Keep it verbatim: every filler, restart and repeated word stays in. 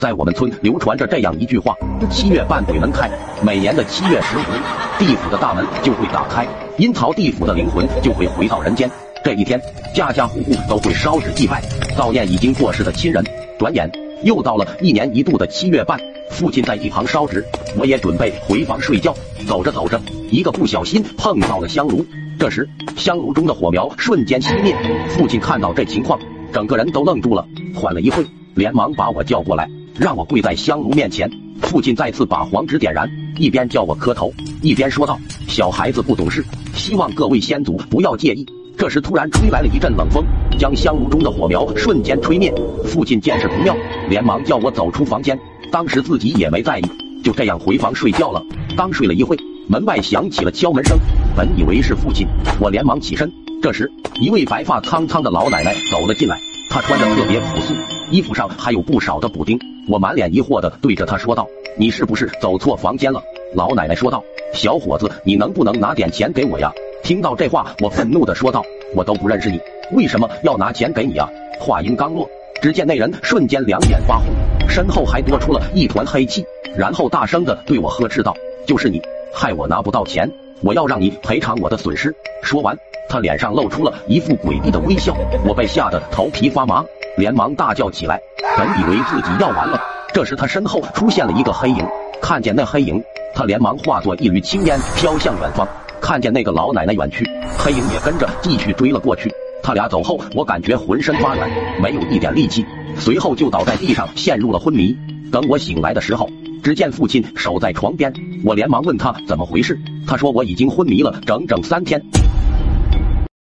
在我们村流传着这样一句话：七月半鬼门开，每年的七月十五，地府的大门就会打开，阴曹地府的灵魂就会回到人间。这一天，家家户户都会烧纸祭拜，悼念已经过世的亲人。转眼又到了一年一度的七月半，父亲在一旁烧纸，我也准备回房睡觉。走着走着，一个不小心碰到了香炉，这时香炉中的火苗瞬间熄灭。父亲看到这情况，整个人都愣住了，缓了一会，连忙把我叫过来，让我跪在香炉面前。父亲再次把黄纸点燃，一边叫我磕头，一边说道：小孩子不懂事，希望各位先祖不要介意。这时突然吹来了一阵冷风，将香炉中的火苗瞬间吹灭。父亲见势不妙，连忙叫我走出房间，当时自己也没在意，就这样回房睡觉了。刚睡了一会，门外响起了敲门声，本以为是父亲，我连忙起身。这时一位白发苍苍的老奶奶走了进来，她穿着特别朴素，衣服上还有不少的补丁。我满脸疑惑地对着她说道：你是不是走错房间了？老奶奶说道：小伙子，你能不能拿点钱给我呀？听到这话，我愤怒地说道：我都不认识你，为什么要拿钱给你啊？话音刚落，只见那人瞬间两眼发红，身后还多出了一团黑气，然后大声地对我呵斥道：就是你害我拿不到钱，我要让你赔偿我的损失。说完，他脸上露出了一副诡异的微笑。我被吓得头皮发麻，连忙大叫起来，本以为自己要完了。这时他身后出现了一个黑影，看见那黑影，他连忙化作一缕青烟飘向远方。看见那个老奶奶远去，黑影也跟着继续追了过去。他俩走后，我感觉浑身发软，没有一点力气，随后就倒在地上陷入了昏迷。等我醒来的时候，只见父亲守在床边，我连忙问他怎么回事，他说我已经昏迷了整整三天。